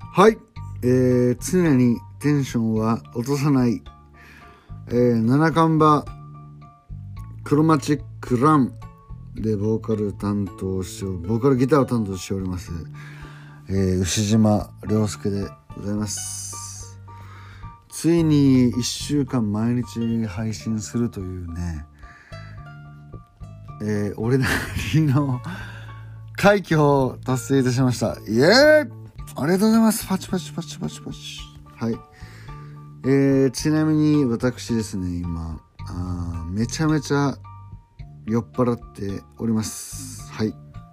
はい、常にテンションは落とさない、七冠馬クロマチックランでボーカルギターを担当しております、牛島亮介でございます。ついに1週間毎日配信するというね、俺なりの快挙を達成いたしました。イエーイ、ありがとうございます。パチパチパチパチパチ。はい。ちなみに私ですね、今めちゃめちゃ酔っ払っております。はい。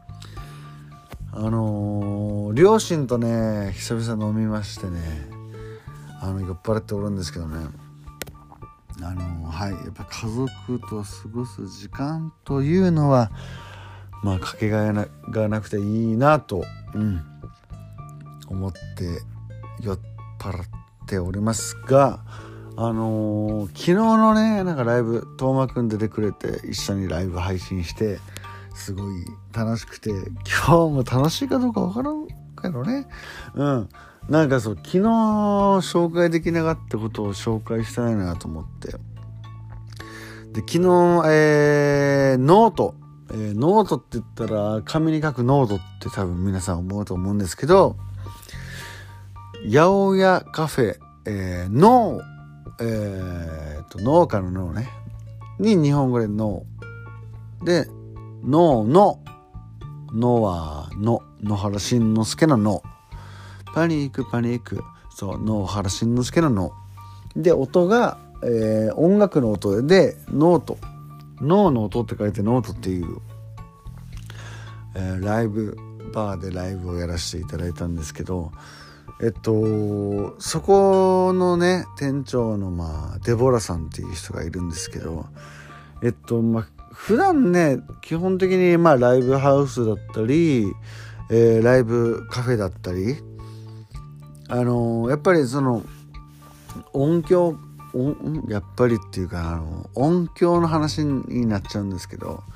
両親とね久々飲みましてね、酔っ払っておるんですけどね、はい、やっぱ家族と過ごす時間というのはかけがえがなくていいなと、思って酔っ払っておりますが、昨日のねライブトーマくん出てくれて一緒にライブ配信してすごい楽しくて、今日も楽しいかどうかわからんけどね、昨日紹介できなかったことを紹介したいなと思って、で昨日、ノートって言ったら紙に書くノートって多分皆さん思うと思うんですけど、八百屋カフェ、農家の農ねに日本語で農で、農は野原しんのすけの農、パニック、そう野原しんのすけの農で、音が、音楽の音でノート、脳の音って書いてノートっていう、ライブバーでライブをやらせていただいたんですけど、そこのね店長のデボラさんっていう人がいるんですけど、普段ね基本的にライブハウスだったり、ライブカフェだったり、やっぱりその音響やっぱりっていうか音響の話になっちゃうんですけど、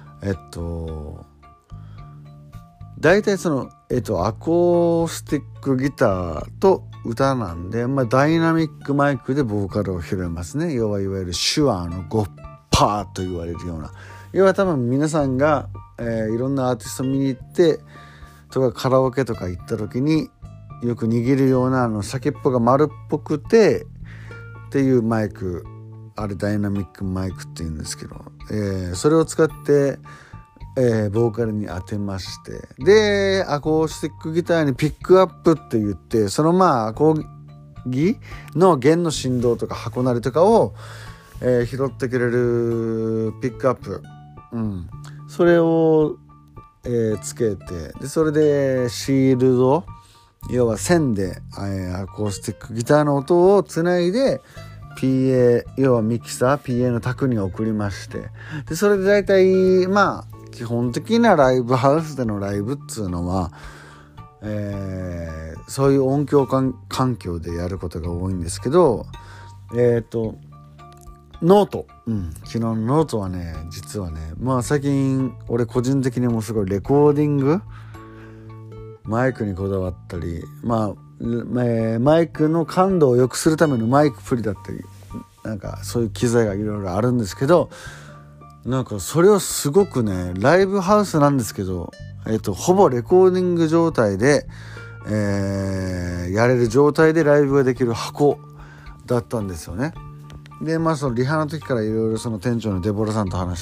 大体そのアコースティックギターと歌なんで、ダイナミックマイクでボーカルを拾いますね。要はいわゆる手話のゴッパーと言われるような、要は多分皆さんが、いろんなアーティスト見に行ってとかカラオケとか行った時によく握るような先っぽが丸っぽくてっていうマイク、あれダイナミックマイクっていうんですけど、それを使ってボーカルに当てまして、でアコースティックギターにピックアップって言って、そのアコギの弦の振動とか箱鳴りとかを、拾ってくれるピックアップ、それを、つけて、でそれでシールド、要は線で、アコースティックギターの音をつないで PA、 要はミキサー PA の卓に送りまして、でそれで大体基本的なライブハウスでのライブっつうのは、そういう音響環境でやることが多いんですけど、ノート、昨日のノートはね実はね最近俺個人的にもすごいレコーディングマイクにこだわったり、マイクの感度を良くするためのマイクプリだったりそういう機材がいろいろあるんですけど、それをすごくねライブハウスなんですけど、ほぼレコーディング状態で、やれる状態でライブができる箱だったんですよね。でそのリハの時からいろいろその店長のデボラさんと話して、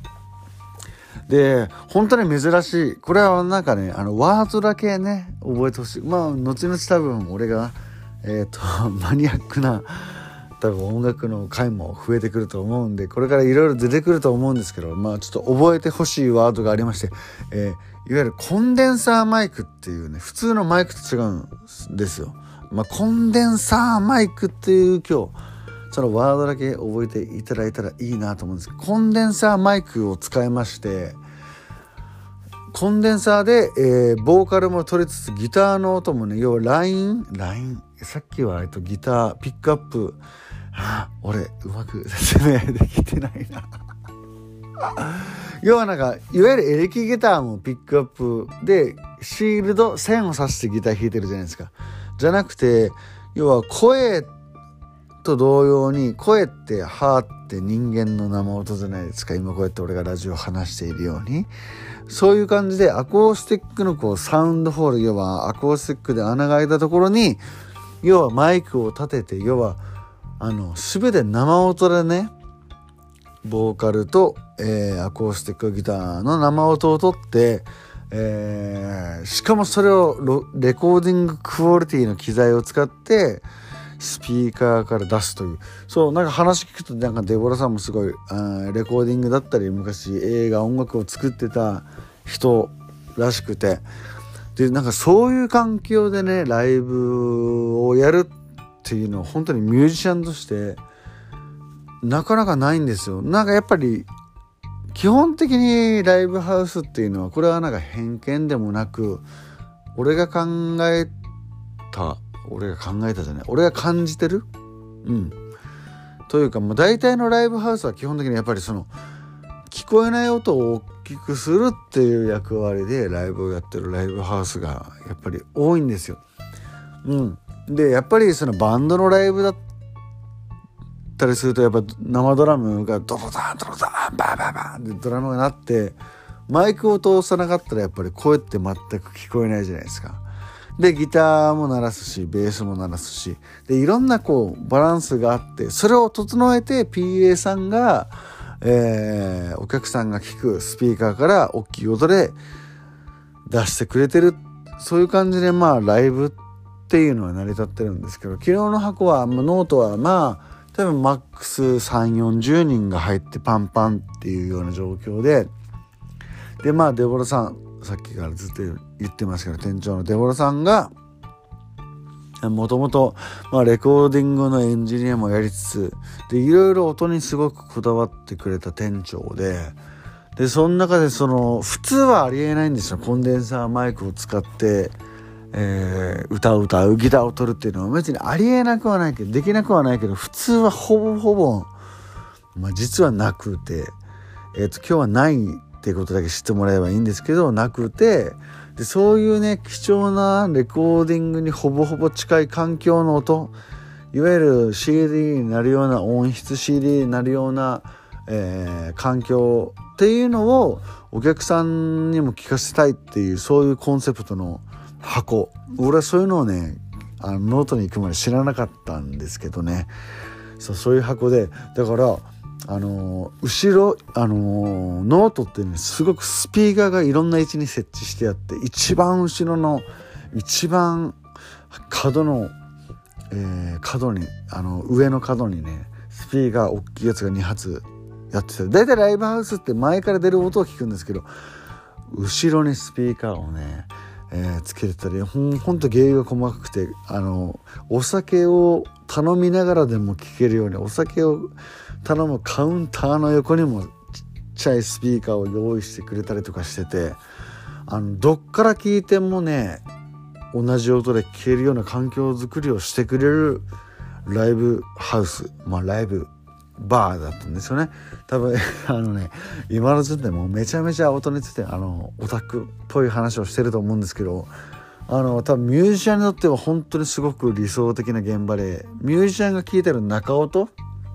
で本当に珍しい、これはワードだけね覚えてほしい。後々多分俺がマニアックな多分音楽の回も増えてくると思うんで、これからいろいろ出てくると思うんですけど、ちょっと覚えてほしいワードがありまして、いわゆるコンデンサーマイクっていうね、普通のマイクと違うんですよ。コンデンサーマイクっていう今日そのワードだけ覚えていただいたらいいなと思うんですけど、コンデンサーマイクを使いまして、コンデンサーで、ボーカルも取りつつギターの音もね、要はラインさっきはギターピックアップ、俺うまく説明できてないな要はなんかいわゆるエレキギターもピックアップでシールド線を刺してギター弾いてるじゃないですか。じゃなくて、要は声と同様に、声って歯って人間の生音じゃないですか。今こうやって俺がラジオ話しているように、そういう感じでアコースティックのこうサウンドホール、要はアコースティックで穴が開いたところに、要はマイクを立てて、要は全て生音でね、ボーカルと、アコースティックギターの生音を取って、しかもそれをレコーディングクオリティの機材を使ってスピーカーから出すという、そうなんか話聞くとなんかデボラさんもすごいレコーディングだったり昔映画音楽を作ってた人らしくて、でなんかそういう環境でねライブをやるっていうのは本当にミュージシャンとしてなかなかないんですよ。なんかやっぱり基本的にライブハウスっていうのはこれはなんか偏見でもなく、俺が感じてるというか、もう大体のライブハウスは基本的にやっぱりその聞こえない音を大きくするっていう役割でライブをやってるライブハウスがやっぱり多いんですよ。でやっぱりそのバンドのライブだったりするとやっぱ生ドラムがドロダンドロダンバーバーバーンってドラムが鳴ってマイクを通さなかったらやっぱり声って全く聞こえないじゃないですか。でギターも鳴らすしベースも鳴らすしでいろんなこうバランスがあって、それを整えて PA さんが、お客さんが聞くスピーカーから大きい音で出してくれてる、そういう感じでまあライブっていうのは成り立ってるんですけど、昨日の箱はノートはまあ多分マックス 3,40 人が入ってパンパンっていうような状況で、まあデボラさんさっきからずっと言ってますけど、店長のデボラさんがもともとレコーディングのエンジニアもやりつつでいろいろ音にすごくこだわってくれた店長でその中でその普通はありえないんですよ、コンデンサーマイクを使って歌うギターを取るっていうのは別にありえなくはないけどできなくはないけど、普通はほぼ実はなくて、今日はないっていうことだけ知ってもらえばいいんですけど、なくて、でそういうね貴重なレコーディングにほぼ近い環境の音、いわゆる CD になるような音質 CD になるような、環境っていうのをお客さんにも聞かせたいっていう、そういうコンセプトの箱、俺はそういうのをねノートに行くまで知らなかったんですけどね、そういう箱で、だから後ろノートってねすごくスピーカーがいろんな位置に設置してあって、一番後ろの一番角の、角に上の角にねスピーカー大きいやつが2発やってて、だいたいライブハウスって前から出る音を聞くんですけど、後ろにスピーカーをねつけてたり、ほんと芸が細かくてお酒を頼みながらでも聴けるように、お酒を頼むカウンターの横にもちっちゃいスピーカーを用意してくれたりとかしてて、どっから聴いてもね同じ音で聴けるような環境づくりをしてくれるライブハウス、ライブバーだったんですよね。多分今の時点でもうめちゃめちゃ音についてオタクっぽい話をしてると思うんですけど、多分ミュージシャンにとっては本当にすごく理想的な現場で、ミュージシャンが聴いてる中音、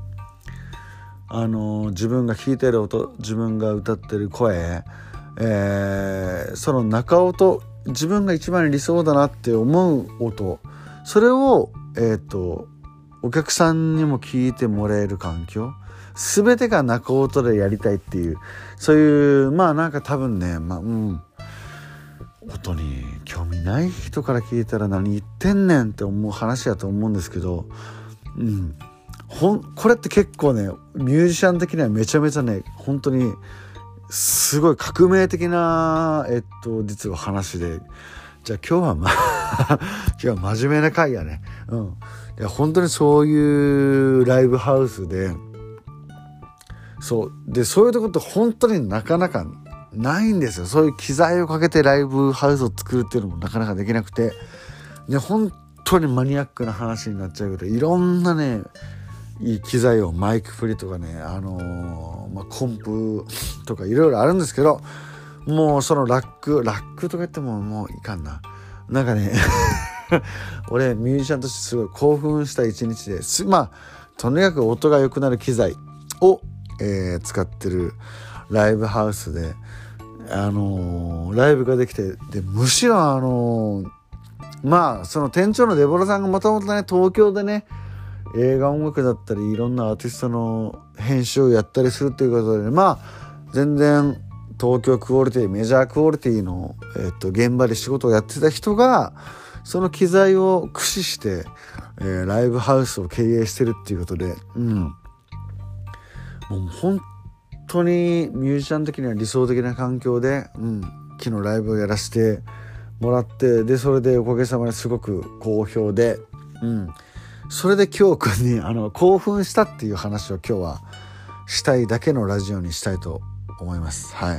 自分が聴いてる音、自分が歌ってる声、その中音、自分が一番理想だなって思う音、それをお客さんにも聞いてもらえる環境、全てが中音でやりたいっていう、そういうなんか多分ね音に興味ない人から聞いたら何言ってんねんって思う話だと思うんですけど、これって結構ねミュージシャン的にはめちゃめちゃね本当にすごい革命的な実は話で、じゃあ今日は今日は真面目な回やね。いや本当にそういうライブハウスで、そういうところって本当になかなかないんですよ。そういう機材をかけてライブハウスを作るっていうのもなかなかできなくて、本当にマニアックな話になっちゃうけど、いろんなねいい機材をマイクプリとかねコンプとかいろいろあるんですけど、もうそのラックとか言ってもういかんな、なんかね俺ミュージシャンとしてすごい興奮した一日でとにかく音が良くなる機材を、使ってるライブハウスでライブができて、でむしろその店長のデボラさんがもともとね東京でね映画音楽だったりいろんなアーティストの編集をやったりするっていうことで、全然東京クオリティメジャークオリティの、現場で仕事をやってた人がその機材を駆使して、ライブハウスを経営してるっていうことで、もう本当にミュージシャン的には理想的な環境で、昨日ライブをやらせてもらって、でそれでおかげさまですごく好評で、それで今日君に興奮したっていう話を今日はしたいだけのラジオにしたいと思います。はい。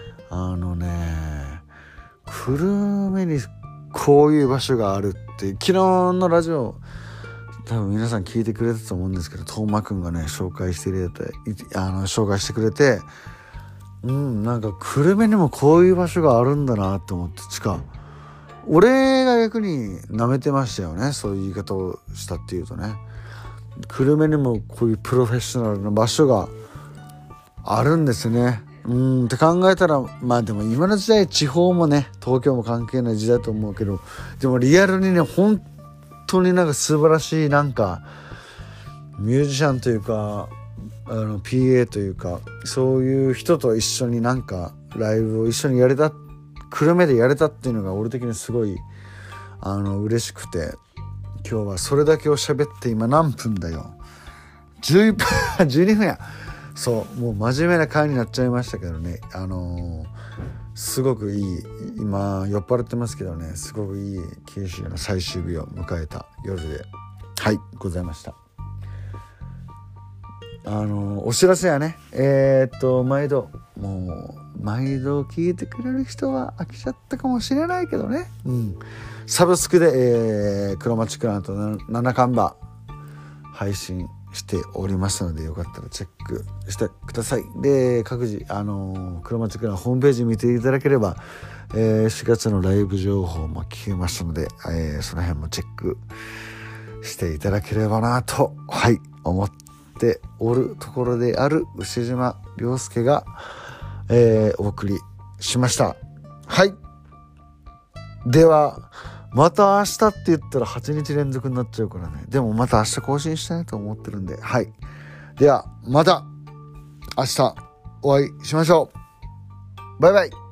久留米にこういう場所があるって昨日のラジオ多分皆さん聞いてくれたと思うんですけど、トーマくんがね紹介してくれて、なんか久留米にもこういう場所があるんだなと思って、俺が逆に舐めてましたよね、そういう言い方をしたっていうとね。久留米にもこういうプロフェッショナルな場所があるんですね。って考えたらでも今の時代地方もね東京も関係ない時代と思うけど、でもリアルにね本当になんか素晴らしいなんかミュージシャンというかPA というかそういう人と一緒になんかライブを一緒にやれた、久留米でやれたっていうのが俺的にすごい嬉しくて、今日はそれだけを喋って今何分だよ、11分12分や。そうもう真面目な回になっちゃいましたけどね、すごくいい、今酔っ払ってますけどね、すごくいい九州の最終日を迎えた夜でございました。お知らせやね、毎度聞いてくれる人は飽きちゃったかもしれないけどね、サブスクで、クロマチクランと7カンバ配信しておりますので、よかったらチェックしてください。で各自クロマチクランホームページ見ていただければ、4月のライブ情報も聞けますので、その辺もチェックしていただければなと思っておるところである牛島亮介が、お送りしました。ではまた明日って言ったら8日連続になっちゃうからね。でもまた明日更新したいと思ってるんで、ではまた明日お会いしましょう。バイバイ。